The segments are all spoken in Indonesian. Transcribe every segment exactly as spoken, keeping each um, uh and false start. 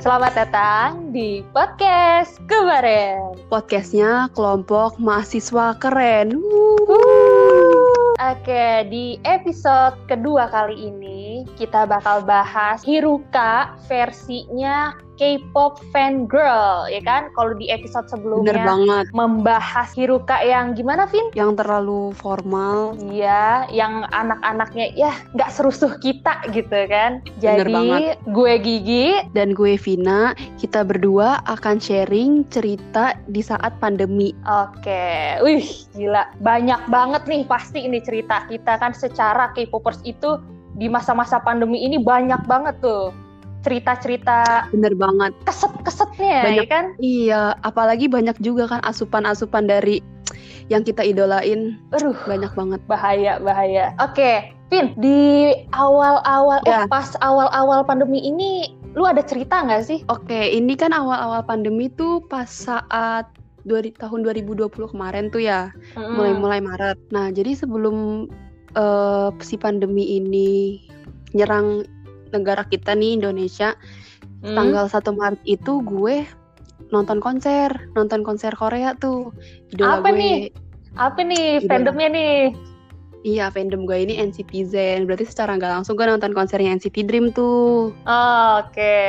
Selamat datang di podcast kemarin. Podcastnya kelompok mahasiswa keren. Wuh. Oke, di episode kedua kali ini kita bakal bahas Hiruka versinya K-pop fan girl, ya kan? Kalau di episode sebelumnya Bener banget. membahas Hiruka yang gimana, Vin? Yang terlalu formal. Iya, yang anak-anaknya ya nggak serusuh kita gitu kan. Bener Jadi banget. gue Gigi Dan gue Vina, kita berdua akan sharing cerita di saat pandemi. Oke, wih gila, banyak banget nih pasti ini cerita kita kan secara K-popers itu di masa-masa pandemi ini banyak banget tuh cerita-cerita Bener banget. keset-kesetnya, Banyak, ya kan? Iya, apalagi banyak juga kan asupan-asupan dari yang kita idolain. Aduh, Banyak banget. bahaya, bahaya. Oke, Vin, di awal-awal, Ya. eh pas awal-awal pandemi ini, lu ada cerita nggak sih? Oke, ini kan awal-awal pandemi tuh pas saat dua, tahun dua ribu dua puluh kemarin tuh ya, Mm-mm. mulai-mulai Maret. Nah, jadi sebelum uh, si pandemi ini nyerang negara kita nih, Indonesia, Hmm. tanggal satu Maret itu gue nonton konser, nonton konser Korea tuh. Idola Apa gue, nih? Apa nih Idola. fandomnya nih? Iya, fandom gue ini N C T Zen. Berarti secara nggak langsung gue nonton konsernya N C T Dream tuh Oh, oke.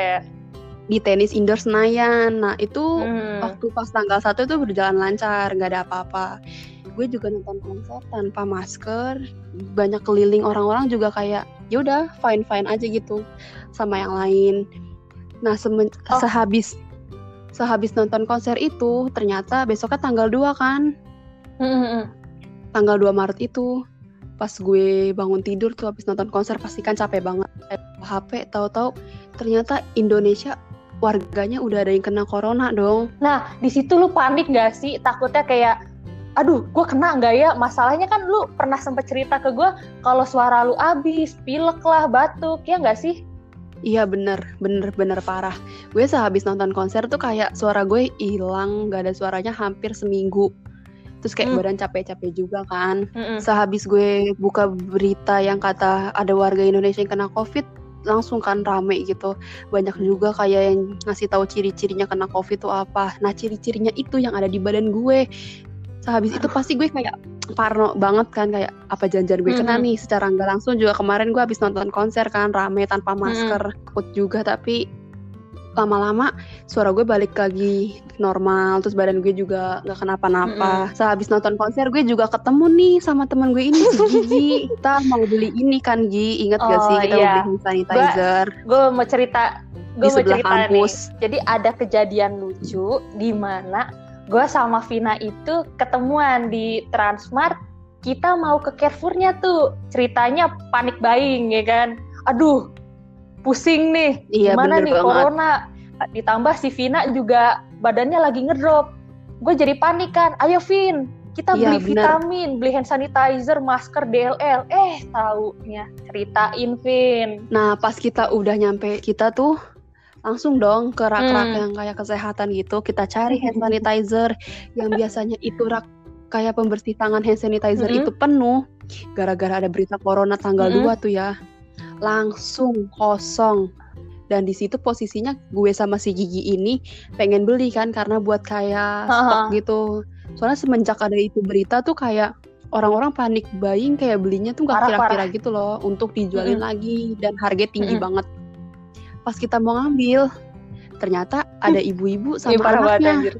di tenis indoor Senayan. Nah, itu Hmm. waktu pas tanggal satu itu berjalan lancar, nggak ada apa-apa. Gue juga nonton konser tanpa masker, banyak keliling orang-orang juga kayak ya udah fine fine aja gitu sama yang lain. Nah semen- Oh. sehabis sehabis nonton konser itu ternyata besoknya tanggal dua kan, Hmm. tanggal dua Maret itu pas gue bangun tidur tuh habis nonton konser pasti kan capek banget H P, tahu-tahu ternyata Indonesia warganya udah ada yang kena corona dong. Nah, di situ lu panik gak sih? Takutnya kayak, aduh, gue kena nggak ya? Masalahnya kan lu pernah sempet cerita ke gue kalau suara lu abis, pilek lah, batuk, ya nggak sih? Iya bener, bener, bener parah. Gue sehabis nonton konser tuh kayak suara gue hilang, gak ada suaranya hampir seminggu. Terus kayak Hmm. badan capek-capek juga kan. Mm-mm. Sehabis gue buka berita yang kata ada warga Indonesia yang kena COVID, langsung kan rame gitu. Banyak juga kayak yang ngasih tahu ciri-cirinya kena COVID tuh apa. Nah ciri-cirinya itu yang ada di badan gue. Sehabis itu pasti gue kayak parno banget kan, kayak apa jangan-jangan gue kena Mhm. nih. Secara nggak langsung juga kemarin gue habis nonton konser kan rame tanpa masker, takut juga, tapi lama-lama suara gue balik lagi normal, terus badan gue juga nggak kenapa-napa. Sehabis nonton konser gue juga ketemu nih sama teman gue ini si Gigi. Kita mau beli ini kan Gi, inget gak sih Oh, kita iya. mau beli hand sanitizer Gue mau cerita, di gue mau sebelah cerita nih. kampus. Jadi ada kejadian lucu di mana gue sama Vina itu ketemuan di Transmart. Kita mau ke Carrefour-nya tuh. Ceritanya panik buying ya kan. Aduh, pusing nih. Iya, Gimana bener nih banget. corona? Ditambah si Vina juga badannya lagi ngedrop. Gue jadi panik kan. Ayo Vin, kita Iya, beli bener. vitamin, beli hand sanitizer, masker, D L L. Eh, taunya ceritain Vin. Nah pas kita udah nyampe kita tuh langsung dong ke rak-rak Hmm. yang kayak kesehatan gitu. Kita cari hand sanitizer yang biasanya itu rak kayak pembersih tangan hand sanitizer Mm-mm. itu penuh. Gara-gara ada berita corona tanggal Mm-mm. dua tuh ya, langsung kosong. Dan di situ posisinya gue sama si Gigi ini pengen beli kan karena buat kayak stok Ha-ha. gitu. Soalnya semenjak ada itu berita tuh kayak orang-orang panik buying, kayak belinya tuh gak Parah, kira-kira parah. gitu loh untuk dijualin Mm-mm. lagi, dan harganya tinggi Mm-mm. banget. Pas kita mau ngambil, ternyata ada ibu-ibu Ini sama parah banget anaknya anjir.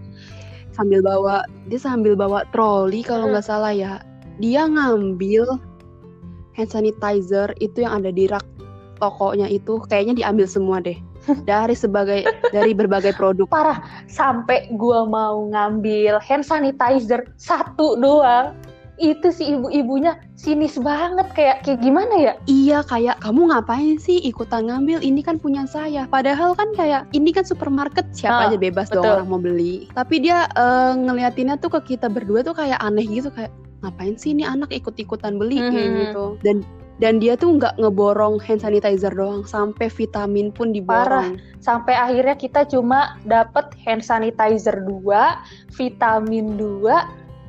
sambil bawa, dia sambil bawa troli kalau Mm. nggak salah ya. Dia ngambil hand sanitizer itu yang ada di rak tokonya itu, kayaknya diambil semua deh dari sebagai dari berbagai produk. Parah, sampai gua mau ngambil hand sanitizer satu doang. Itu si ibu-ibunya sinis banget, kayak kayak gimana ya? Iya, kayak kamu ngapain sih ikutan ngambil, ini kan punya saya. Padahal kan kayak ini kan supermarket, siapa Ah, aja bebas dong betul. orang mau beli. Tapi dia eh, ngeliatinnya tuh ke kita berdua tuh kayak aneh gitu, kayak ngapain sih ini anak ikut-ikutan beli kayak Mhm. gitu. Dan dan dia tuh nggak ngeborong hand sanitizer doang, sampai vitamin pun diborong. Sampai akhirnya kita cuma dapet hand sanitizer dua, vitamin dua,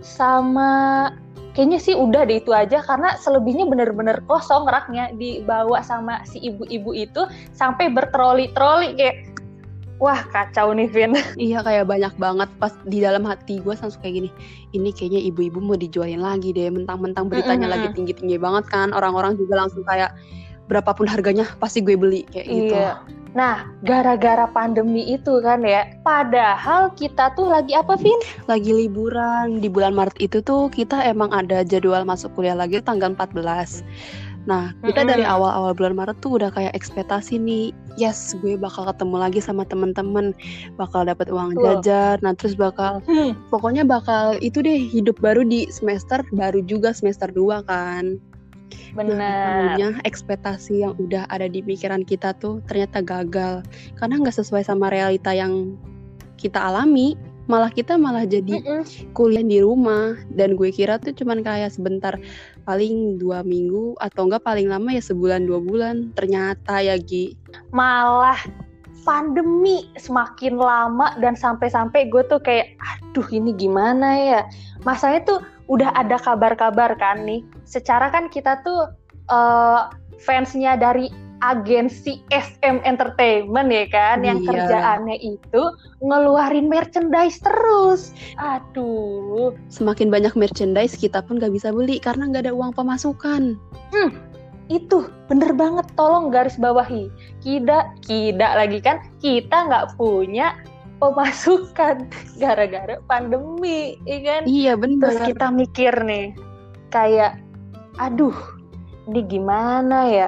sama kayaknya sih udah deh itu aja, karena selebihnya bener-bener kosong raknya, dibawa sama si ibu-ibu itu sampai bertroli-troli kayak Wah kacau nih Vin. Iya kayak banyak banget. Pas di dalam hati gue langsung kayak gini, ini kayaknya ibu-ibu mau dijualin lagi deh. Mentang-mentang beritanya Mm-mm. lagi tinggi-tinggi banget kan. Orang-orang juga langsung kayak berapapun harganya pasti gue beli kayak gitu. Iya. Nah gara-gara pandemi itu kan ya, padahal kita tuh lagi apa Vin? Lagi liburan. Di bulan Maret itu tuh kita emang ada jadwal masuk kuliah lagi tanggal empat belas. Nah, kita Mm-mm. dari awal-awal bulan Maret tuh udah kayak ekspektasi nih, yes, gue bakal ketemu lagi sama temen-temen, bakal dapat uang Betul. jajan, nah terus bakal, Hmm. pokoknya bakal itu deh hidup baru di semester baru juga semester dua kan. Benar. Nah, namanya ekspektasi yang udah ada di pikiran kita tuh ternyata gagal, karena nggak sesuai sama realita yang kita alami. Malah kita malah jadi Mm-mm. kuliah di rumah, dan gue kira tuh cuman kayak sebentar, paling dua minggu atau enggak paling lama ya sebulan dua bulan. Ternyata ya Gi, Malah pandemi semakin lama dan sampai-sampai gue tuh kayak aduh ini gimana ya. Masanya tuh udah ada kabar-kabar kan nih. Secara kan kita tuh uh, fansnya dari agensi S M Entertainment ya kan, yang Iya. kerjaannya itu ngeluarin merchandise terus. Aduh. Semakin banyak merchandise kita pun gak bisa beli karena gak ada uang pemasukan. Hmm, itu bener banget, tolong garis bawahi. Kita, kita lagi kan, kita nggak punya pemasukan gara-gara pandemi, ya kan? Iya bener. Terus kita mikir nih, kayak, aduh, ini gimana ya?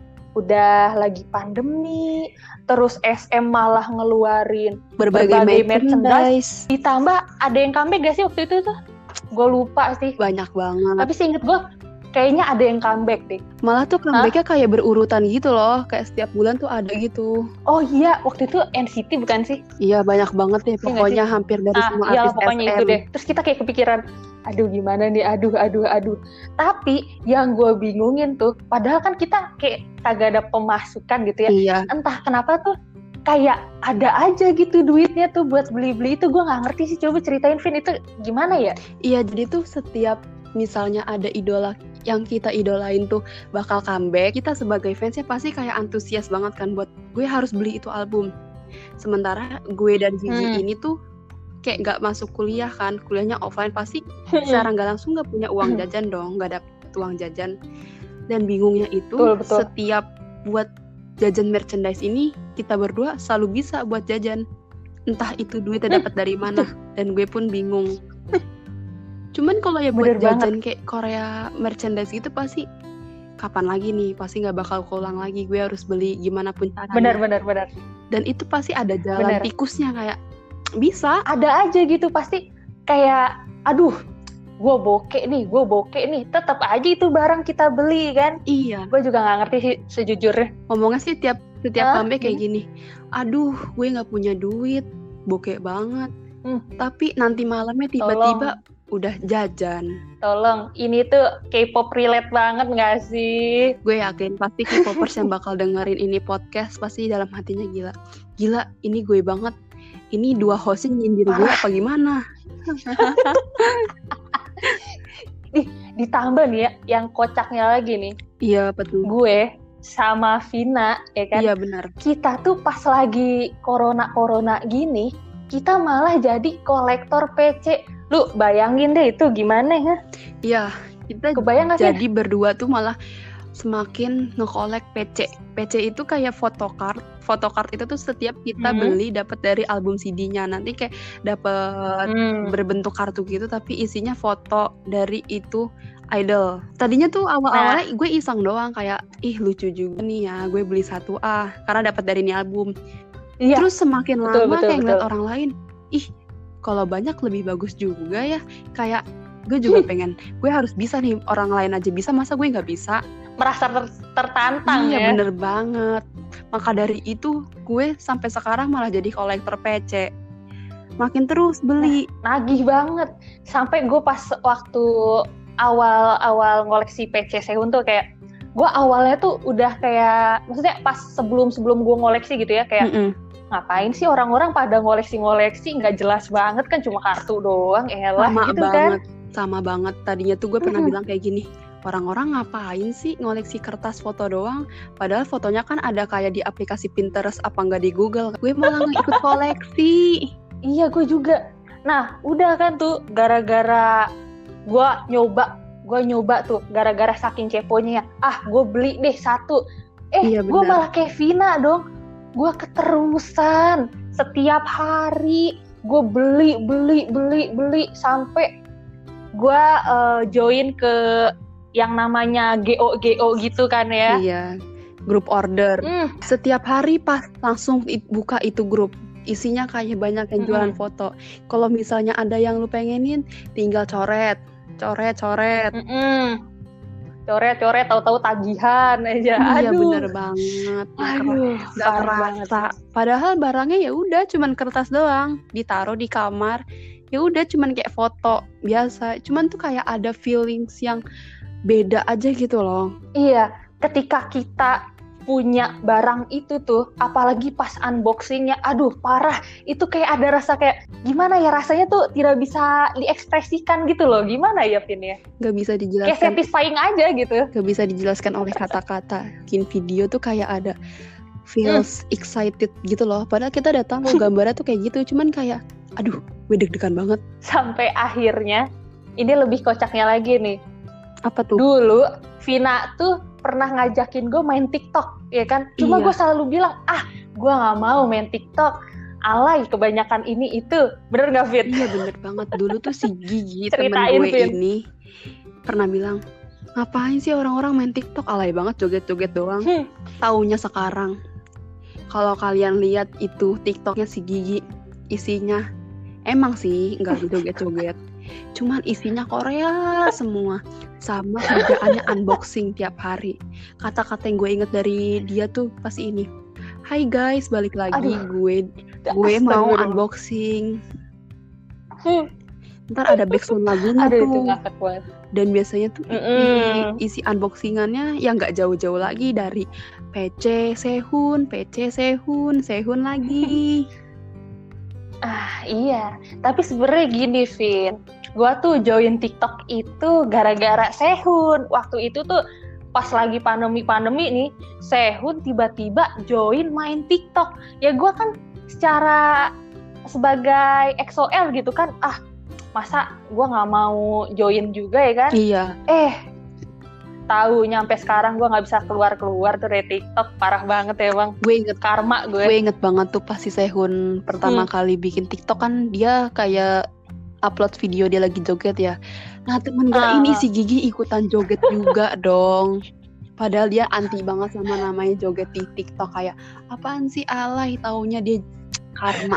Udah lagi pandemi, terus S M malah ngeluarin berbagai, berbagai merchandise. merchandise. Ditambah ada yang comeback gak sih waktu itu tuh? Gue lupa sih. Banyak banget. Tapi seinget gue, kayaknya ada yang comeback deh. Malah tuh comebacknya kayak berurutan gitu loh, kayak setiap bulan tuh ada gitu. Oh iya, waktu itu N C T bukan sih? Iya banyak banget deh, pokoknya hampir dari Ah, semua iya artis pokoknya S M. itu deh. Terus kita kayak kepikiran, aduh gimana nih, aduh, aduh, aduh. Tapi yang gue bingungin tuh, padahal kan kita kayak kagak ada pemasukan gitu ya. Iya. Entah kenapa tuh kayak ada aja gitu duitnya tuh buat beli-beli itu. Gue nggak ngerti sih. Coba ceritain Vin, itu gimana ya? Iya, jadi tuh setiap misalnya ada idola yang kita idolain tuh bakal comeback, kita sebagai fansnya pasti kayak antusias banget kan buat gue harus beli itu album. Sementara gue dan Gigi Hmm. ini tuh kayak nggak masuk kuliah kan, kuliahnya offline, pasti secara nggak langsung nggak punya uang jajan dong, nggak dapet uang jajan. Dan bingungnya itu Betul, betul. setiap buat jajan merchandise ini kita berdua selalu bisa buat jajan, entah itu duitnya dapat dari mana, dan gue pun bingung. Cuman kalau ya buat Bener jajan kayak Korea merchandise gitu pasti kapan lagi nih, pasti nggak bakal keulang lagi, gue harus beli gimana pun caranya. Benar, benar, benar. Dan itu pasti ada jalan Bener. tikusnya, kayak bisa. Ada aja gitu pasti kayak, aduh, gue bokeh nih, gue bokeh nih. Tetap aja itu barang kita beli kan. Iya, Gue juga nggak ngerti sih sejujurnya. ngomongnya sih tiap setiap Hah? comeback kayak gini, aduh gue nggak punya duit, bokeh banget. Hmm. Tapi nanti malamnya tiba-tiba udah jajan. Tolong, ini tuh K-pop relate banget nggak sih? Gue yakin pasti K-popers yang bakal dengerin ini podcast pasti dalam hatinya gila. Gila, ini gue banget. Ini dua hostnya nyindir gue apa gimana? Ditambah nih ya, yang kocaknya lagi nih, Iya betul. gue sama Vina, ya kan? Iya benar. Kita tuh pas lagi corona-corona gini, kita malah jadi kolektor P C. Lu bayangin deh itu gimana ya? Iya, kita Kebayang gak sih? jadi berdua tuh malah semakin nge-collect P C. P C itu kayak photocard. Photocard itu tuh setiap kita Hmm. beli dapat dari album C D-nya. Nanti kayak dapat Hmm. berbentuk kartu gitu tapi isinya foto dari itu idol. Tadinya tuh awal-awalnya gue iseng doang kayak ih lucu juga nih ya, gue beli satu ah karena dapat dari ini album. Iya. Terus semakin Betul, lama betul, kayak ngeliat betul. orang lain, ih kalau banyak lebih bagus juga ya. Kayak gue juga pengen, gue harus bisa nih, orang lain aja bisa, masa gue nggak bisa? Merasa ter- tertantang Iya ya. bener banget. Maka dari itu gue sampai sekarang malah jadi kolektor P C. Makin terus beli. Nagih banget. Sampai gue pas waktu awal-awal ngoleksi P C Sehun tuh kayak, gue awalnya tuh udah kayak, maksudnya pas sebelum-sebelum gue ngoleksi gitu ya, kayak Mm-mm. ngapain sih orang-orang pada ngoleksi-ngoleksi, nggak jelas banget kan, cuma kartu doang, elah Sama gitu banget, kan. sama banget. Tadinya tuh gue pernah Mm-mm. bilang kayak gini, orang-orang ngapain sih ngoleksi kertas foto doang? Padahal fotonya kan ada kayak di aplikasi Pinterest apa nggak di Google. Gue malah nggak ikut koleksi. Iya, gue juga. Nah, udah kan tuh gara-gara gue nyoba, gue nyoba tuh gara-gara saking keponya ya. Ah, gue beli deh satu. Eh, Iya, gue benar. malah kayak Vina dong. Gue keterusan setiap hari. Gue beli, beli, beli, beli sampai gue uh, join ke yang namanya G O G O gitu kan ya. Iya, grup order. Mm. Setiap hari pas langsung i- buka itu grup. Isinya kayak banyak yang jualan Mm-mm. foto. Kalau misalnya ada yang lu pengenin, tinggal coret, coret, coret. Mm-mm. Coret-coret, tahu-tahu tagihan aja. Iya, Aduh. bener banget. Nggak kera- Aduh, nggak parah banget. kerasa. Padahal barangnya ya udah cuman kertas doang, ditaruh di kamar. Ya udah cuman kayak foto biasa. Cuman tuh kayak ada feelings yang beda aja gitu loh. Iya, ketika kita punya barang itu tuh, apalagi pas unboxingnya, aduh parah, itu kayak ada rasa kayak, gimana ya rasanya tuh tidak bisa diekspresikan gitu loh, gimana ya Vin ya? Gak bisa Kayak dijelaskan. satisfying aja gitu. Gak bisa dijelaskan oleh kata-kata. Bikin video tuh kayak ada feels excited gitu loh. Padahal kita udah tahu gambarnya tuh kayak gitu. Cuman kayak, aduh, gue deg-degan banget. Sampai akhirnya, ini lebih kocaknya lagi nih. Apa tuh? Dulu, Vina tuh pernah ngajakin gue main TikTok, ya kan? Cuma Iya. gue selalu bilang, ah, gue gak mau main TikTok. Alay, kebanyakan ini itu. Bener gak, Vin? Iya, bener banget. Dulu tuh si Gigi, temen Ceritain, gue Vin. ini, pernah bilang, ngapain sih orang-orang main TikTok? Alay banget, joget-joget doang. Hmm. Taunya sekarang, kalau kalian lihat itu TikToknya si Gigi, isinya emang sih nggak joget-joget, cuman isinya Korea semua, sama kerjaannya unboxing tiap hari. Kata-kata yang gue inget dari dia tuh pas ini, hai guys, balik lagi. Aduh. gue gue mau Astagfirullah. unboxing. Hmm. Ntar ada backsound lagunya Aduh, itu tuh. ngakak banget. Dan biasanya tuh isi, Mm-mm. isi unboxingannya yang nggak jauh-jauh lagi dari P C Sehun, P C Sehun, Sehun lagi. Ah, iya. Tapi sebenarnya gini, Vin. Gua tuh join TikTok itu gara-gara Sehun. Waktu itu tuh pas lagi pandemi-pandemi nih, Sehun tiba-tiba join main TikTok. Ya gua kan secara sebagai X O L gitu kan, ah masa gua nggak mau join juga ya kan? Iya. Eh, tahu nyampe sekarang gua nggak bisa keluar-keluar tuh dari TikTok. Parah banget ya bang. Gue inget Karma gue. Gue inget banget tuh pas si Sehun pertama Hmm. kali bikin TikTok kan dia kayak upload video dia lagi joget ya. Nah temen gue Ah. ini si Gigi ikutan joget juga dong. Padahal dia anti banget sama namanya joget di TikTok, kayak apaan sih alay, taunya dia karma.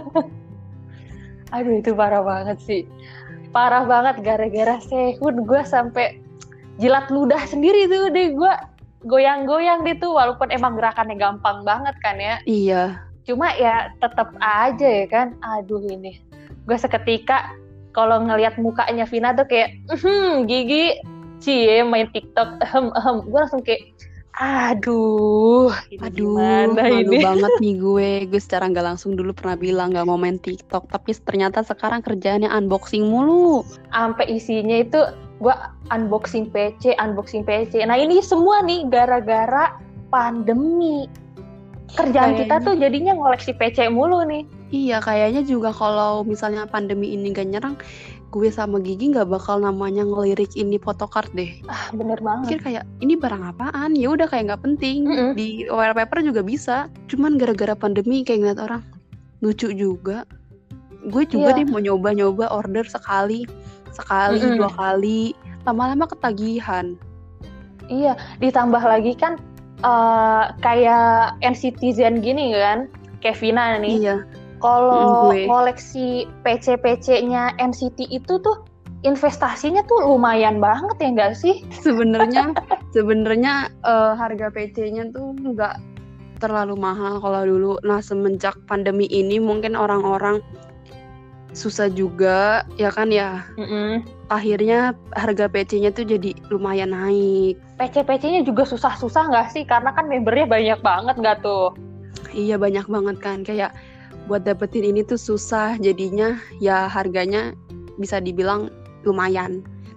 Aduh itu parah banget sih. Parah banget gara-gara Sehun gue sampai jilat ludah sendiri tuh deh gue. Goyang-goyang deh tuh walaupun emang gerakannya gampang banget kan ya. Iya. Cuma ya tetap aja ya kan. Aduh ini. Gue seketika kalau ngelihat mukanya Vina tuh kayak hmm, Gigi cie main TikTok ehem ehem. Gue langsung kayak aduh ini Aduh, gimana malu ini. banget nih gue. Gue secara nggak langsung dulu pernah bilang nggak mau main TikTok, tapi ternyata sekarang kerjaannya unboxing mulu. Sampai isinya itu gue unboxing P C, unboxing P C. Nah ini semua nih gara-gara pandemi. Kerjaan Kayaknya- kita tuh jadinya ngoleksi P C mulu nih. Iya, kayaknya juga kalau misalnya pandemi ini gak nyerang, gue sama Gigi nggak bakal namanya ngelirik ini photocard deh. Ah bener banget. Mikir kayak ini barang apaan? Ya udah kayak nggak penting. Mm-mm. Di wallpaper juga bisa. Cuman gara-gara pandemi kayak ngeliat orang lucu juga. Gue juga Iya. deh mau nyoba-nyoba order sekali, sekali, Mm-mm. dua kali. Lama-lama ketagihan. Iya, ditambah lagi kan eh, kayak N-Citizen gini kan, Kevina nih. Iya. Kalau Mm, gue. koleksi P C-P C-nya N C T itu tuh investasinya tuh lumayan banget ya nggak sih? Sebenarnya sebenarnya eh, harga P C-nya tuh nggak terlalu mahal kalau dulu. Nah, semenjak pandemi ini mungkin orang-orang susah juga, ya kan ya. Mm-mm. Akhirnya harga P C-nya tuh jadi lumayan naik. P C-P C-nya juga susah-susah nggak sih? Karena kan membernya banyak banget nggak tuh? Iya, banyak banget kan. Kayak buat dapetin ini tuh susah, jadinya ya harganya bisa dibilang lumayan.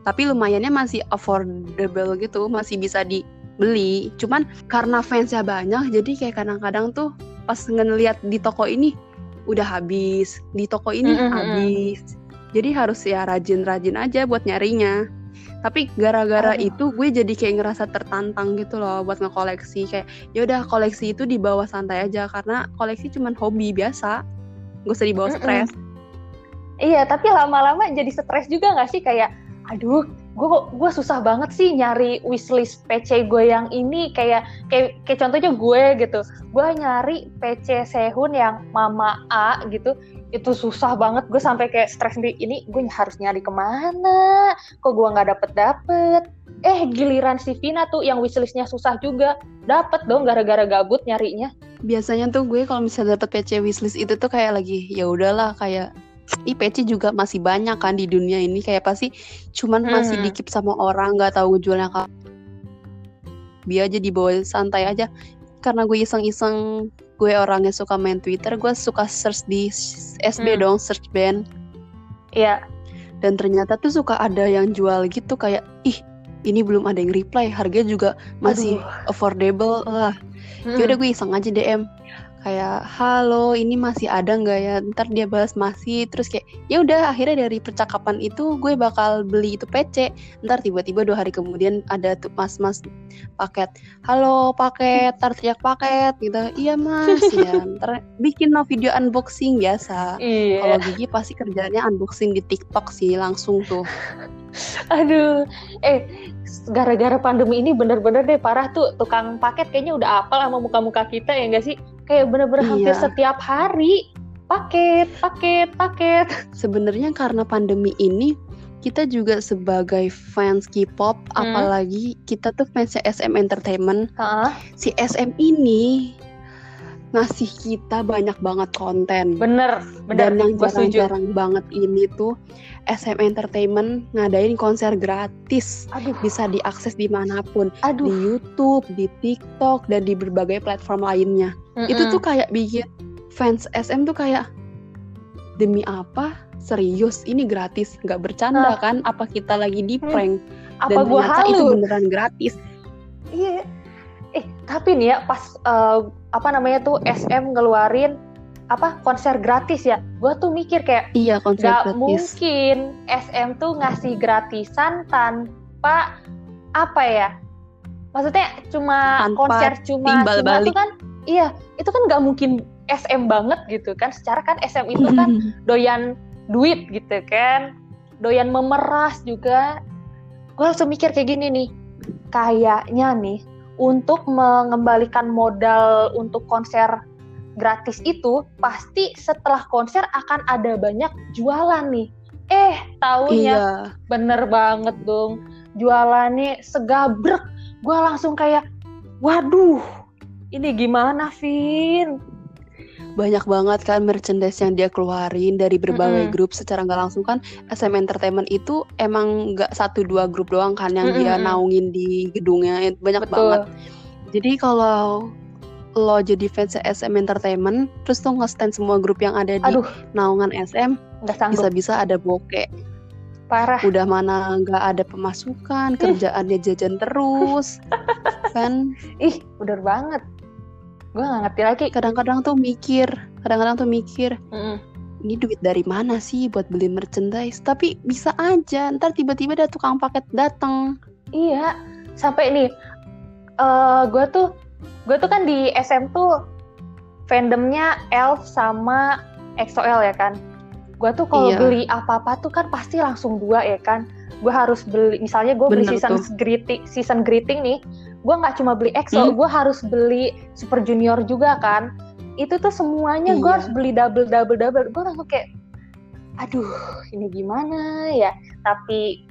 tapi lumayannya masih affordable gitu, masih bisa dibeli. Cuman karena fansnya banyak, jadi kayak kadang-kadang tuh pas ngeliat di toko ini udah habis, di toko ini Mm-mm. habis. Jadi harus ya rajin-rajin aja buat nyarinya. Tapi gara-gara Aduh. itu gue jadi kayak ngerasa tertantang gitu loh buat ngekoleksi. Kayak ya udah koleksi itu dibawa santai aja, karena koleksi cuman hobi biasa, gak usah dibawa Mm-mm. stres. Iya, tapi lama-lama jadi stres juga nggak sih, kayak aduh, gue gue susah banget sih nyari wishlist P C gue yang ini, kayak kayak kayak contohnya gue gitu, gue nyari P C Sehun yang Mama A gitu, itu susah banget, gue sampai kayak stres sendiri, ini gue harus nyari kemana, kok gue nggak dapet dapet, eh giliran si Vina tuh yang wishlistnya susah juga, dapet dong gara-gara gabut nyarinya. Biasanya tuh gue kalau misalnya dapet P C wishlist itu tuh kayak lagi ya udahlah, kayak ih P C juga masih banyak kan di dunia ini, kayak pasti cuman masih Hmm. dikip sama orang, nggak tahu jualnya kapan. Biar aja dibawa santai aja, karena gue iseng-iseng, gue orangnya suka main Twitter, gue suka search di S B Hmm. dong, search band. Iya. Dan ternyata tuh suka ada yang jual gitu, kayak ih ini belum ada yang reply, harganya juga masih Aduh. affordable lah. Hmm. Yaudah gue iseng aja D M kayak halo ini masih ada nggak ya, ntar dia balas masih, terus kayak ya udah akhirnya dari percakapan itu gue bakal beli itu P C. Ntar tiba-tiba dua hari kemudian ada tuh mas-mas paket, halo paket, ntar teriak paket gitu, iya mas ya, ntar bikin no video unboxing biasa. Iya. Kalau Gigi pasti kerjanya unboxing di TikTok sih langsung tuh. Aduh, eh gara-gara pandemi ini bener-bener deh parah tuh, tukang paket kayaknya udah apal sama muka-muka kita ya nggak sih? Kayak bener-bener hampir Iya. setiap hari paket, paket, paket. Sebenarnya karena pandemi ini kita juga sebagai fans K-pop, Hmm. apalagi kita tuh fansnya S M Entertainment. Hah? Si S M ini ngasih kita banyak banget konten. Bener, bener. Dan yang Gua setuju. jarang-jarang banget ini tuh S M Entertainment ngadain konser gratis, Aduh, bisa diakses dimanapun, di aduh. YouTube, di TikTok, dan di berbagai platform lainnya. Mm-mm. Itu tuh kayak bikin fans S M tuh kayak demi apa? Serius ini gratis, nggak bercanda Hah. kan? Apa kita lagi di prank? Apa Dan gua ternyata itu halu? beneran gratis. Iya. Eh, tapi nih ya pas eh, apa namanya tuh S M ngeluarin apa konser gratis ya, gua tuh mikir kayak Iya, konser gak gratis. mungkin S M tuh ngasih gratisan tanpa apa ya? Maksudnya cuma Tanpa konser cuma timbal cuma tuh balik. kan, iya itu kan gak mungkin S M banget gitu kan. Secara kan S M itu kan doyan duit gitu kan, doyan memeras juga. Gue langsung mikir kayak gini nih, kayaknya nih untuk mengembalikan modal untuk konser gratis itu pasti setelah konser akan ada banyak jualan nih. Eh, taunya Iya. bener banget dong, jualannya segabrek. Gue langsung kayak, waduh, ini gimana, Vin? Banyak banget kan merchandise yang dia keluarin dari berbagai Mm-mm. grup. Secara nggak langsung kan S M Entertainment itu emang nggak satu dua grup doang kan yang dia Mm-mm. naungin di gedungnya, banyak Betul. banget. Jadi kalau lo jadi fans S M Entertainment terus tuh nge-stand semua grup yang ada di Aduh, naungan S M, nggak sanggup. bisa-bisa ada bokek. Parah. Udah mana nggak ada pemasukan, kerjaannya jajan terus kan. Ih, bener banget. Gue nggak ngerti lagi. Kadang-kadang tuh mikir, kadang-kadang tuh mikir, Mm-mm. ini duit dari mana sih buat beli merchandise? Tapi bisa aja, ntar tiba-tiba ada tukang paket datang. Iya, sampai nih, uh, gue tuh, gue tuh kan di S M tuh fandomnya Elf sama X O L ya kan. Gue tuh kalau Iya. beli apa-apa tuh kan pasti langsung dua ya kan. Gue harus beli, misalnya gue beli Bener season tuh. greeting, season greeting nih, gue nggak cuma beli X O, Hmm? gue harus beli Super Junior juga kan. Itu tuh semuanya gue Iya. harus beli double double double. Gue langsung kayak, aduh, ini gimana ya? Tapi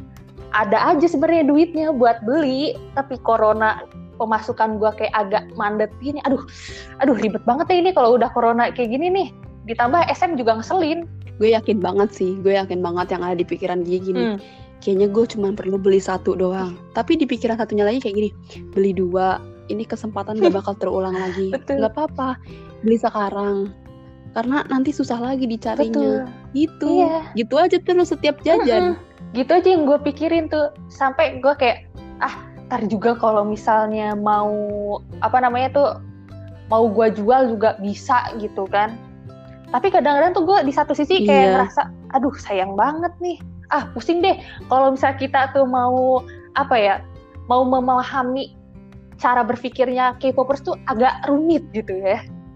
ada aja sebenarnya duitnya buat beli, tapi corona pemasukan gue kayak agak mandet gini. Aduh, aduh ribet banget ya ini kalau udah corona kayak gini nih. Ditambah S M juga ngeselin. Gue yakin banget sih, gue yakin banget yang ada di pikiran dia gini. Hmm. Kayaknya gue cuma perlu beli satu doang. Tapi di pikiran satunya lagi kayak gini, beli dua, ini kesempatan gak bakal terulang lagi. Betul. Gak apa-apa, beli sekarang. Karena nanti susah lagi dicarinya. Betul. Gitu. Iya. Gitu aja terus setiap jajan. Mm-mm. Gitu aja yang gue pikirin tuh. Sampai gue kayak, ah ntar juga kalau misalnya mau, apa namanya tuh, mau gue jual juga bisa gitu kan. Tapi kadang-kadang tuh gue di satu sisi kayak Iya. ngerasa, aduh sayang banget nih. Ah pusing deh kalau misalnya kita tuh mau, apa ya, mau memahami cara berpikirnya K-popers tuh agak rumit gitu ya.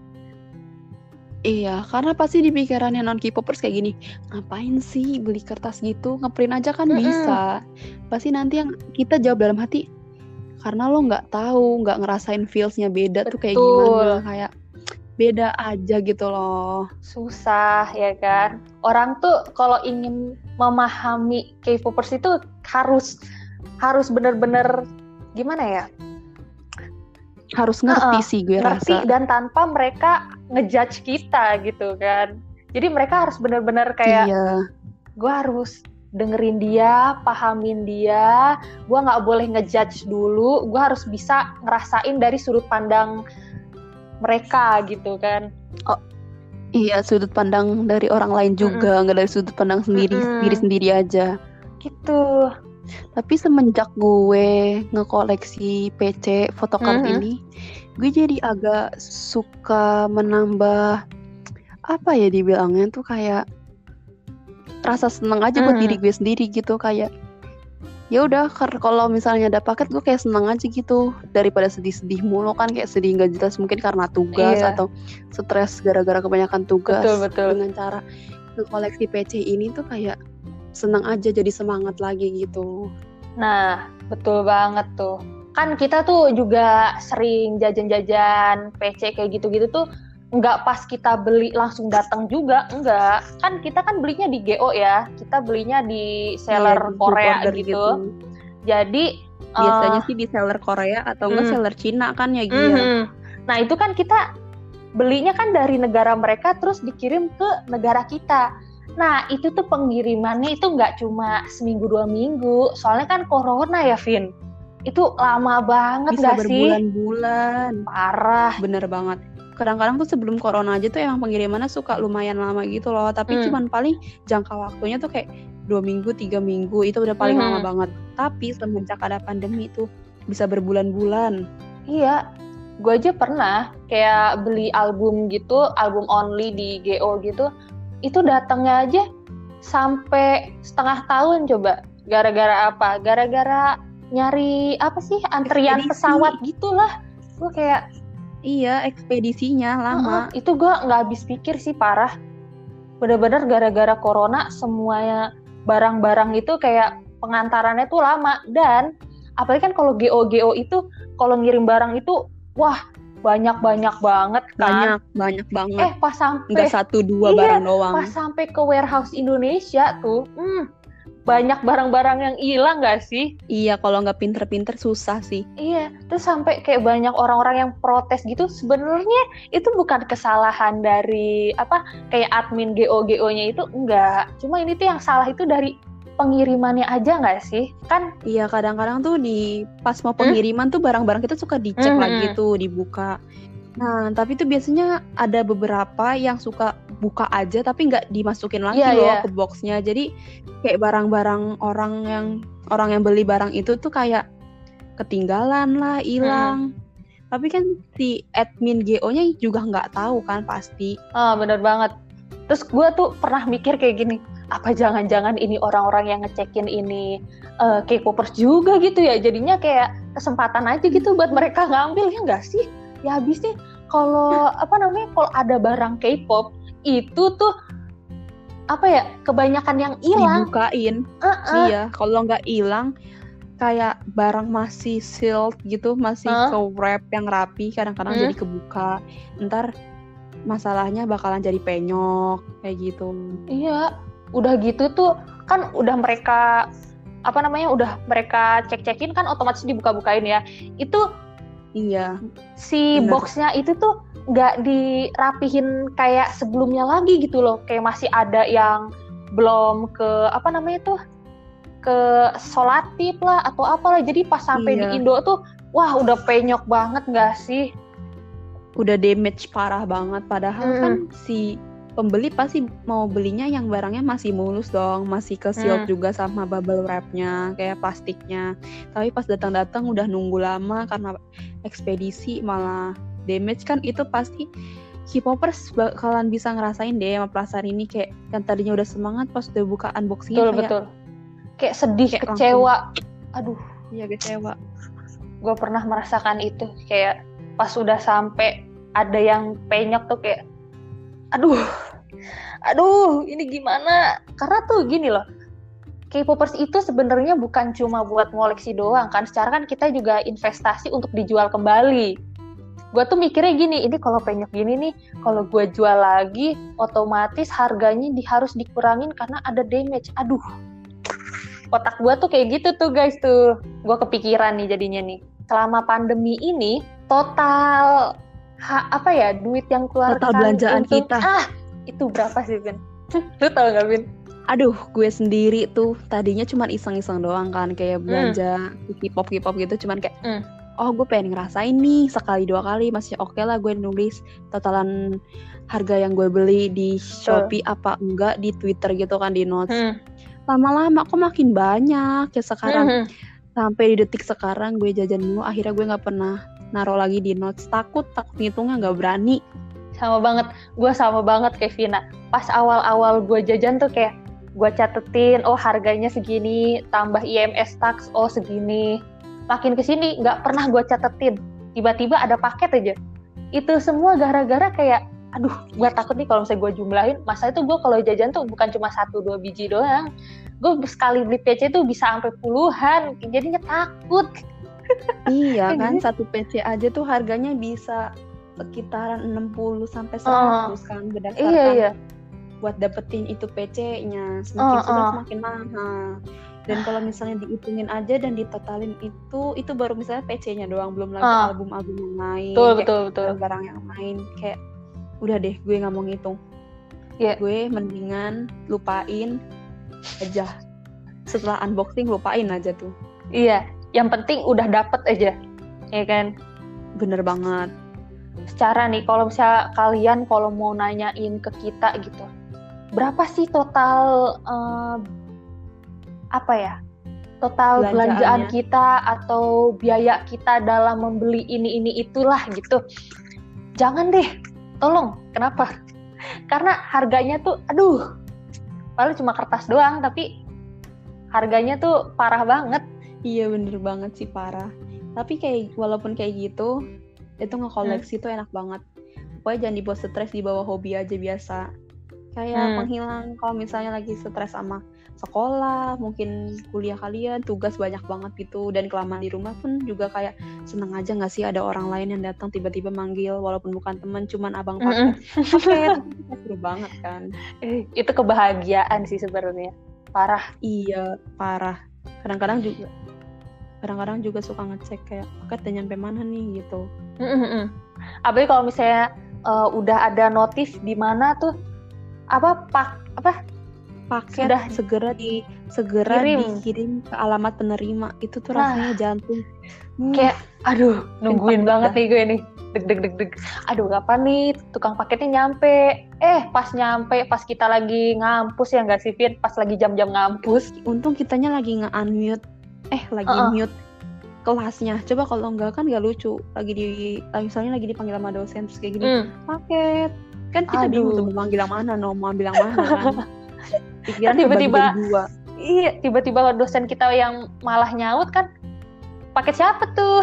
Iya, karena pasti di pikirannya non K-popers kayak gini, ngapain sih beli kertas gitu, ngeprint aja kan Mm-mm. bisa. Pasti nanti yang kita jawab dalam hati, karena lo nggak tahu, nggak ngerasain feelsnya beda tuh kayak Betul. gimana, kayak beda aja gitu loh. Susah ya kan. Orang tuh kalau ingin memahami K-popers itu harus harus bener-bener gimana ya? Harus ngerti Uh-uh, sih gue ngerti rasa. dan tanpa mereka ngejudge kita gitu kan. Jadi mereka harus bener-bener kayak, Iya, gue harus dengerin dia, pahamin dia, gue nggak boleh ngejudge dulu, gue harus bisa ngerasain dari sudut pandang mereka gitu kan. iya sudut pandang dari orang lain juga, nggak dari sudut pandang sendiri Mm-mm. diri sendiri aja. Gitu. Tapi semenjak gue ngekoleksi P C photocard Mhm. ini, gue jadi agak suka menambah, apa ya dibilangnya tuh, kayak rasa seneng aja buat Mhm. diri gue sendiri gitu, kayak ya udah kar- kalau misalnya ada paket gue kayak seneng aja gitu daripada sedih-sedih mulu kan, kayak sedih nggak jelas mungkin karena tugas Iya. atau stres gara-gara kebanyakan tugas. Betul, betul. Dengan cara ngekoleksi P C ini tuh kayak seneng aja, jadi semangat lagi gitu. Nah, betul banget tuh. Kan kita tuh juga sering jajan-jajan P C kayak gitu-gitu tuh nggak pas kita beli langsung datang juga, enggak. Kan kita kan belinya di G O ya, kita belinya di seller Iya, di Korea order gitu. Jadi Biasanya uh, sih di seller Korea atau enggak mm, seller Cina kan ya Gia. mhm. Nah itu kan kita belinya kan dari negara mereka terus dikirim ke negara kita. Nah itu tuh pengirimannya itu nggak cuma seminggu dua minggu, soalnya kan corona ya Vin. Itu lama banget Bisa nggak sih? berbulan-bulan. Parah. Bener banget. Kadang-kadang tuh sebelum corona aja tuh emang pengirimannya suka lumayan lama gitu loh. Tapi Hmm. cuman paling jangka waktunya tuh kayak dua minggu, tiga minggu. Itu udah paling Mhm. lama banget. Tapi semenjak ada pandemi tuh bisa berbulan-bulan. Iya, gue aja pernah kayak beli album gitu, album only di G O gitu, itu datangnya aja sampai setengah tahun coba. Gara-gara apa? Gara-gara nyari apa sih antrian Ekspedisi. pesawat gitulah. Gue kayak, Iya, ekspedisinya lama. "Uh-uh." Itu gue nggak habis pikir sih, parah. Bener-bener gara-gara corona semuanya barang-barang itu kayak pengantarannya tuh lama. Dan apalagi kan kalau G O G O itu kalau ngirim barang itu wah banyak-banyak banget kan. Banyak, banyak banget. Eh pas sampai Nggak satu dua iya, barang doang. pas sampai ke warehouse Indonesia tuh, hmm, banyak barang-barang yang hilang nggak sih? Iya, kalau nggak pinter-pinter susah sih. Iya, terus sampai kayak banyak orang-orang yang protes gitu. Sebenarnya itu bukan kesalahan dari apa kayak admin G O G O-nya itu, enggak. Cuma ini tuh yang salah itu dari pengirimannya aja nggak sih? Kan Iya, kadang-kadang tuh di pas mau pengiriman tuh barang-barang kita suka dicek Mhm. lagi tuh, dibuka. Nah, tapi tuh biasanya ada beberapa yang suka buka aja tapi nggak dimasukin lagi Iya, loh iya. ke boxnya. Jadi kayak barang-barang orang yang orang yang beli barang itu tuh kayak ketinggalan lah, hilang. Tapi kan si admin G O-nya juga nggak tahu kan pasti. ah, bener banget. Terus gue tuh pernah mikir kayak gini, apa jangan-jangan ini orang-orang yang ngecekin ini uh, K-popers juga gitu ya? Jadinya kayak kesempatan aja gitu buat mereka ngambil, ya nggak sih? Ya habisnya kalau apa namanya kalau ada barang K-pop itu tuh apa ya kebanyakan yang hilang. Dibukain. Uh-uh. Iya, kalau nggak hilang kayak barang masih sealed gitu, masih Huh? ke wrap yang rapi, kadang-kadang Hmm. jadi kebuka. Ntar masalahnya bakalan jadi penyok kayak gitu. Iya, udah gitu tuh kan udah mereka apa namanya udah mereka cek-cekin kan otomatis dibuka-bukain ya. Itu Iya, si bener. boxnya itu tuh nggak dirapihin kayak sebelumnya lagi gitu loh, kayak masih ada yang belum ke apa namanya tuh ke solatif lah atau apalah, jadi pas sampai Iya. di Indo tuh wah udah penyok banget nggak sih? Udah damage parah banget. Padahal Mm-mm. kan si pembeli pasti mau belinya yang barangnya masih mulus dong, masih ke sealed Hmm. juga sama bubble wrapnya, kayak plastiknya. Tapi pas datang-datang udah nunggu lama karena ekspedisi malah damage kan, itu pasti K-popers bakalan bisa ngerasain deh sama perasaan ini, kayak yang tadinya udah semangat pas udah buka unboxingnya Betul kayak betul. Kayak sedih, kayak kecewa. Aduh, iya kecewa. gue pernah merasakan itu. Kayak pas udah sampai ada yang penyok tuh kayak, aduh, aduh, ini gimana? Karena tuh gini loh, K-popers itu sebenarnya bukan cuma buat ngoleksi doang kan. Secara kan kita juga investasi untuk dijual kembali. Gue tuh mikirnya gini, ini kalau penyok gini nih, kalau gue jual lagi, otomatis harganya di, harus dikurangin karena ada damage. Aduh, otak gue tuh kayak gitu tuh guys tuh. Gue kepikiran nih jadinya nih. Selama pandemi ini, total ha, apa ya, duit yang keluar Total belanjaan untuk, kita. Ah, itu berapa sih, Vin? Lu tau gak, Vin? Aduh, gue sendiri tuh tadinya cuma iseng-iseng doang kan, kayak belanja mm. K-pop K-pop gitu, cuman kayak mm. oh gue pengen ngerasain nih sekali dua kali masih oke okay lah gue nulis totalan harga yang gue beli di Shopee uh. apa enggak di Twitter gitu kan, di notes. Hmm. Lama-lama kok makin banyak ya sekarang. Hmm. Sampai di detik sekarang gue jajan mulu, akhirnya gue nggak pernah naruh lagi di notes, takut takut ngitungnya, nggak berani. Sama banget, gue sama banget kayak Vina. Pas awal-awal gue jajan tuh kayak gue catetin, oh harganya segini, tambah I M S tax, oh segini. Makin kesini nggak pernah gue catetin, tiba-tiba ada paket aja. Itu semua gara-gara kayak, aduh, gue takut nih kalau misalnya gue jumlahin. Masa itu gue kalau jajan tuh bukan cuma satu dua biji doang, gue sekali beli P C tuh bisa sampai puluhan, jadinya takut. Iya kan, satu P C aja tuh harganya bisa sekitaran enam puluh sampai seratus oh, kan, berdasarkan iya, iya. buat dapetin itu P C-nya. Semakin oh, oh. semakin mahal. Dan kalau misalnya dihitungin aja dan ditotalin itu, itu baru misalnya P C-nya doang, belum lagi uh. album-album yang lain, betul, betul, betul. barang yang lain. Kayak udah deh, gue nggak mau ngitung. Yeah. Gue mendingan lupain aja. Setelah unboxing lupain aja tuh. Iya, yang penting udah dapet aja, ya kan? Bener banget. Secara nih, kalau misalnya kalian kalau mau nanyain ke kita gitu, berapa sih total uh, apa ya, total belanjaan kita atau biaya kita dalam membeli ini ini itulah gitu, jangan deh, tolong. Kenapa? Karena harganya tuh aduh, paling cuma kertas doang tapi harganya tuh parah banget. Iya bener banget sih, parah. Tapi kayak walaupun kayak gitu, itu nge-koleksi hmm. tuh enak banget. Pokoknya jangan dibawa stres, dibawa hobi aja biasa. Kayak hmm. penghilang kalau misalnya lagi stres sama sekolah, mungkin kuliah kalian, tugas banyak banget gitu, dan kelamaan di rumah pun juga kayak seneng aja nggak sih ada orang lain yang datang tiba-tiba manggil, walaupun bukan teman, cuman abang paket. Paket, seru banget kan. Eh, itu kebahagiaan sih sebenarnya. Parah. Iya, parah. Kadang-kadang juga, kadang-kadang juga suka ngecek kayak paket udah nyampe mana nih gitu. Mm-hmm. Apalagi kalau misalnya uh, udah ada notif di mana tuh apa pak apa paket sudah segera di segera kirim. dikirim ke alamat penerima, itu tuh rasanya nah, jantung kayak aduh nungguin banget dah. Nih gue nih deg deg deg deg aduh kapan nih tukang paketnya nyampe, eh pas nyampe pas kita lagi ngampus ya nggak sih Vin, pas lagi jam-jam ngampus, untung kitanya lagi nge-unmute eh lagi uh-uh. mute kelasnya. Coba kalau enggak kan nggak lucu, lagi di misalnya lagi dipanggil sama dosen terus kayak gini mm. paket, kan kita bingung tuh mau manggil yang mana, no mau ambil yang mana kan. Pikiran tiba-tiba iya tiba-tiba dosen kita yang malah nyaut kan, paket siapa tuh?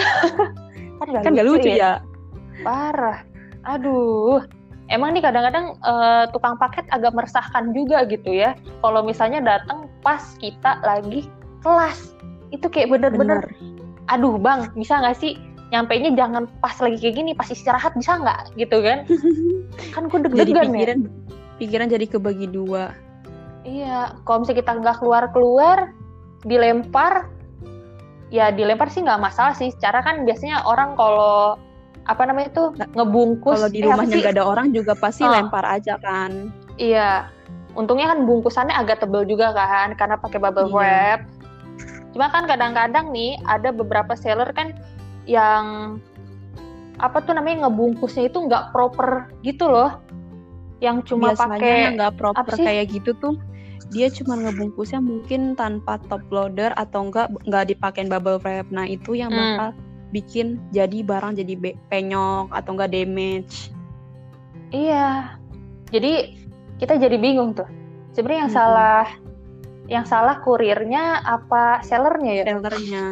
kan nggak kan lucu, lucu ya? ya parah. Aduh, emang nih kadang-kadang uh, tukang paket agak meresahkan juga gitu ya, kalau misalnya datang pas kita lagi kelas, itu kayak bener-bener Bener. aduh bang bisa nggak sih nyampainya jangan pas lagi kayak gini, pas istirahat bisa nggak gitu kan. Kan gue deg-degan pikiran, ya pikiran jadi kebagi dua. Iya, kalau misalnya kita nggak keluar-keluar, dilempar, ya dilempar sih nggak masalah sih. Secara kan biasanya orang kalau apa namanya itu ngebungkus. Kalau di rumahnya nggak eh, ada orang juga pasti oh. lempar aja kan. Iya, untungnya kan bungkusannya agak tebal juga kan, karena pakai bubble iya. wrap. Cuma kan kadang-kadang nih ada beberapa seller kan yang apa tuh namanya ngebungkusnya itu nggak proper gitu loh. yang cuma biasanya pakai nggak apa proper sih? kayak gitu tuh dia cuma ngebungkusnya mungkin tanpa top loader atau enggak nggak dipakein bubble wrap. Nah itu yang Hmm. bakal bikin jadi barang jadi be- penyok atau enggak damage. Iya. Jadi kita jadi bingung tuh. Sebenarnya yang Mm-mm. salah yang salah kurirnya apa sellernya ya? Sellernya.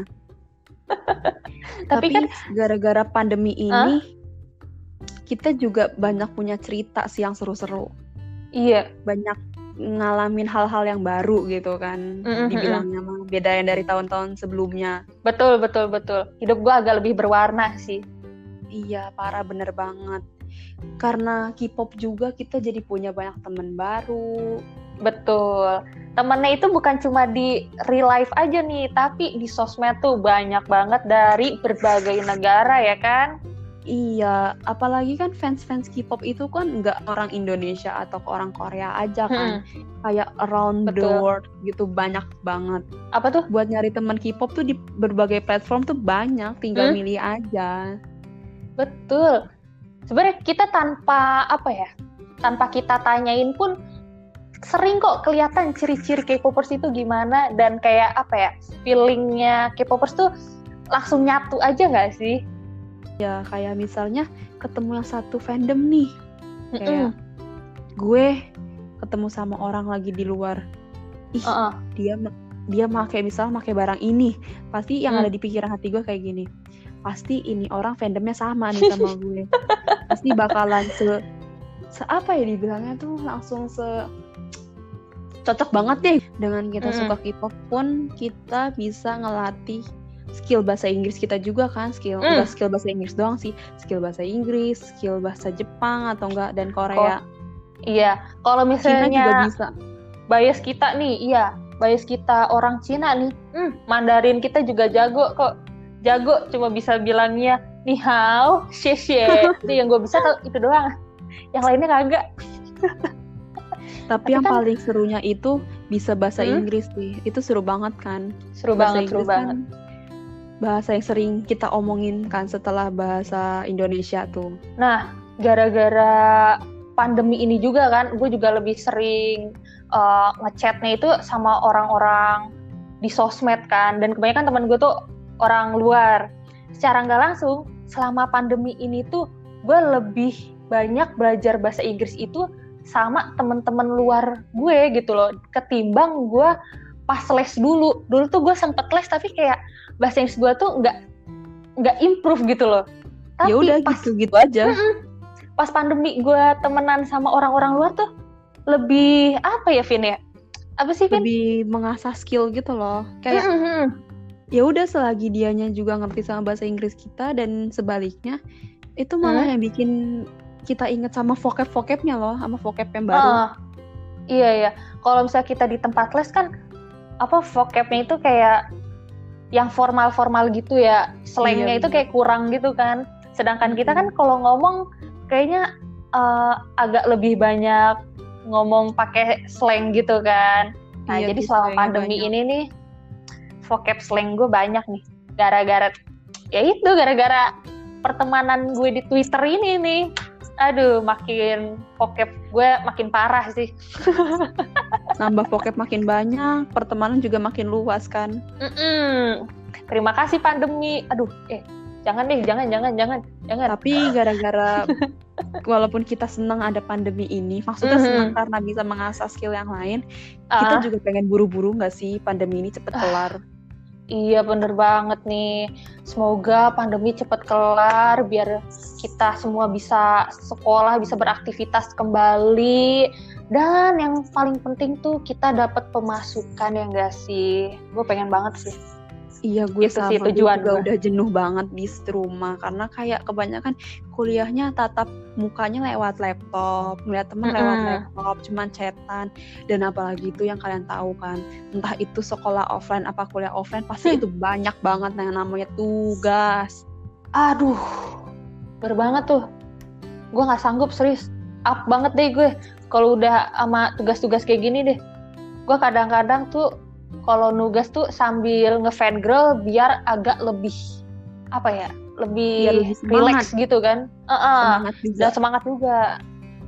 Tapi Tapi kan gara-gara pandemi ini kita juga banyak punya cerita sih yang seru-seru. iya. Banyak ngalamin hal-hal yang baru gitu kan. Mm-mm. Dibilangnya mah beda yang dari tahun-tahun sebelumnya. Betul, betul, betul. Hidup gue agak lebih berwarna sih. Iya, parah bener banget. Karena K-pop juga kita jadi punya banyak teman baru. Betul. Temennya itu bukan cuma di real life aja nih, tapi di sosmed tuh banyak banget dari berbagai negara ya kan? Iya, apalagi kan fans-fans K-pop itu kan nggak orang Indonesia atau orang Korea aja kan. Hmm. Kayak around the Betul. world gitu, banyak banget. Apa tuh? Buat nyari teman K-pop tuh di berbagai platform tuh banyak, tinggal Hmm? milih aja. Betul. Sebenarnya kita tanpa apa ya? Tanpa kita tanyain pun sering kok kelihatan ciri-ciri K-popers itu gimana dan kayak apa ya? Feelingnya K-popers tuh langsung nyatu aja nggak sih? Ya kayak misalnya ketemu yang satu fandom nih, Mm-mm. kayak gue ketemu sama orang lagi di luar, ih Uh-uh. dia dia make misal make barang ini, pasti yang Hmm. ada di pikiran hati gue kayak gini, pasti ini orang fandomnya sama nih sama gue, pasti bakalan se se apa ya dibilangnya tuh langsung se cocok banget deh dengan kita Mm-mm. suka K-pop pun kita bisa ngelatih skill bahasa Inggris kita juga kan, skill Mm. enggak skill bahasa Inggris doang sih, skill bahasa Inggris, skill bahasa Jepang atau enggak dan Korea. Iya, kalau Cina juga misalnya bisa. bias kita nih, iya, bias kita orang Cina nih, hmm, Mandarin kita juga jago kok, jago, cuma bisa bilangnya ni hao, xie xie, itu yang gue bisa tau, itu doang, yang lainnya kagak. Tapi Tapi yang kan- paling serunya itu bisa bahasa Hmm? Inggris sih, itu seru banget kan. Seru Bahasa banget, seru Inggris banget. kan bahasa yang sering kita omongin kan setelah bahasa Indonesia tuh. Nah, gara-gara pandemi ini juga kan, gue juga lebih sering uh, ngechatnya itu sama orang-orang di sosmed kan, dan kebanyakan teman gue tuh orang luar. Secara nggak langsung, selama pandemi ini tuh gue lebih banyak belajar bahasa Inggris itu sama teman-teman luar gue gitu loh, ketimbang gue pas les dulu. Dulu tuh gue sempet les tapi kayak bahasa Inggris gue tuh nggak nggak improve gitu loh. Tapi Ya udah pas gitu-gitu aja. pas pandemi gue temenan sama orang-orang luar tuh lebih apa ya Vin ya? Apa sih Vin? Lebih mengasah skill gitu loh. Kayak Mm-mm. ya udah selagi dianya juga ngerti sama bahasa Inggris kita dan sebaliknya, itu malah Hmm. yang bikin kita inget sama vocab-vocabnya loh, sama vocab yang baru. Ah, iya ya. Kalau misalnya kita di tempat les kan apa vocabnya itu kayak yang formal-formal gitu ya, slangnya Iya, itu benar. kayak kurang gitu kan. Sedangkan kita kan kalau ngomong kayaknya uh, agak lebih banyak ngomong pakai slang gitu kan. Nah Iya jadi sih, selama slangnya pandemi banyak. ini nih vocab slang gue banyak nih. Gara-gara ya itu gara-gara pertemanan gue di Twitter ini nih. Aduh, makin vocab gue makin parah sih. Nambah vocab makin banyak, pertemanan juga makin luas kan. Mm-mm. Terima kasih pandemi. Aduh, eh jangan deh, jangan, jangan, jangan, jangan. Tapi gara-gara walaupun kita senang ada pandemi ini, maksudnya Mhm. senang karena bisa mengasah skill yang lain, kita Ah, juga pengen buru-buru nggak sih pandemi ini cepet kelar. iya bener banget nih. Semoga pandemi cepet kelar biar kita semua bisa sekolah, bisa beraktivitas kembali. Dan yang paling penting tuh kita dapat pemasukan ya nggak sih? Gue pengen banget sih. Iya, gue Itu sama sih gue tujuan juga gue. udah jenuh banget di rumah karena kayak kebanyakan kuliahnya tatap mukanya lewat laptop, ngeliat temen lewat Mm-mm. laptop, cuman chatan, dan apalagi itu yang kalian tahu kan, entah itu sekolah offline apa kuliah offline pasti Hmm. itu banyak banget yang namanya tugas. Aduh, bener banget tuh. Gue nggak sanggup serius. Up banget deh gue. Kalau udah sama tugas-tugas kayak gini deh. Gue kadang-kadang tuh kalau nugas tuh sambil nge-fan girl biar agak lebih apa ya, lebih, Biar lebih semangat. relax gitu kan. Uh-uh. Semangat juga. Dan semangat juga.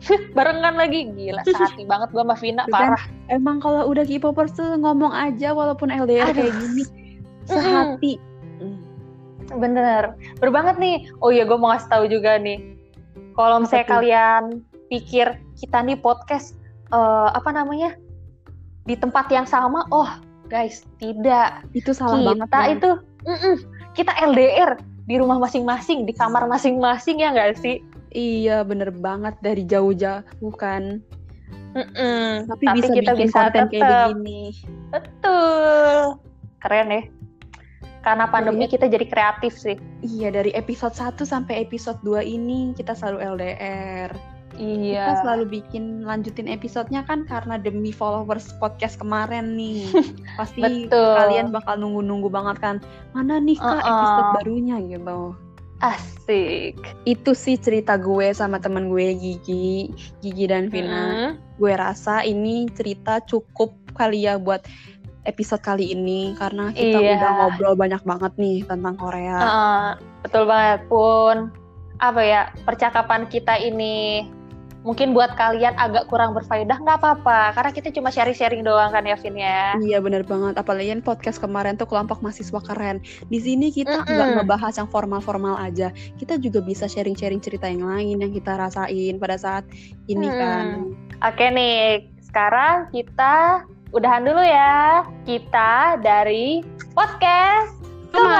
Barengan lagi, gila sehati banget gue sama Vina, Dan parah. emang kalau udah K-popers tuh ngomong aja walaupun L D R Aduh. kayak gini sehati. Bener, bener banget nih. Oh iya, gue mau ngasih tahu juga nih. Kalau misalnya tuh? kalian pikir kita nih podcast uh, apa namanya di tempat yang sama, oh guys, tidak. Itu salah kita banget. Kita itu, mm-mm, kita L D R di rumah masing-masing, di kamar masing-masing, ya nggak sih? Iya, bener banget, dari jauh-jauh kan. Mm-mm. Tapi, Tapi bisa kita bikin bisa konten tetep. kayak begini. Betul. Keren ya. Karena pandemi Iya. kita jadi kreatif sih. Iya, dari episode satu sampai episode dua ini kita selalu L D R. Iya. Kita selalu bikin lanjutin episodenya kan karena demi followers podcast kemarin nih. Pasti Betul. kalian bakal nunggu-nunggu banget kan. Mana nih Kak Uh-uh. episode barunya gitu. Asik. Itu sih cerita gue sama temen gue Gigi, Gigi dan Vina. Mm-hmm. Gue rasa ini cerita cukup kali ya buat episode kali ini karena kita Iya. udah ngobrol banyak banget nih tentang Korea. Uh, betul banget pun. Apa ya, percakapan kita ini mungkin buat kalian agak kurang berfaedah, nggak apa-apa. Karena kita cuma sharing-sharing doang kan ya, Vin ya. Iya benar banget. Apalagi yang podcast kemarin tuh kelompok mahasiswa keren. Di sini kita Mm-mm. nggak ngebahas yang formal-formal aja. Kita juga bisa sharing-sharing cerita yang lain yang kita rasain pada saat ini Hmm. kan. Oke nih, sekarang kita udahan dulu ya. Kita dari podcast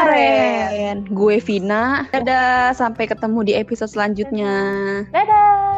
Kemarin gue Vina. Dadah, sampai ketemu di episode selanjutnya. Dadah.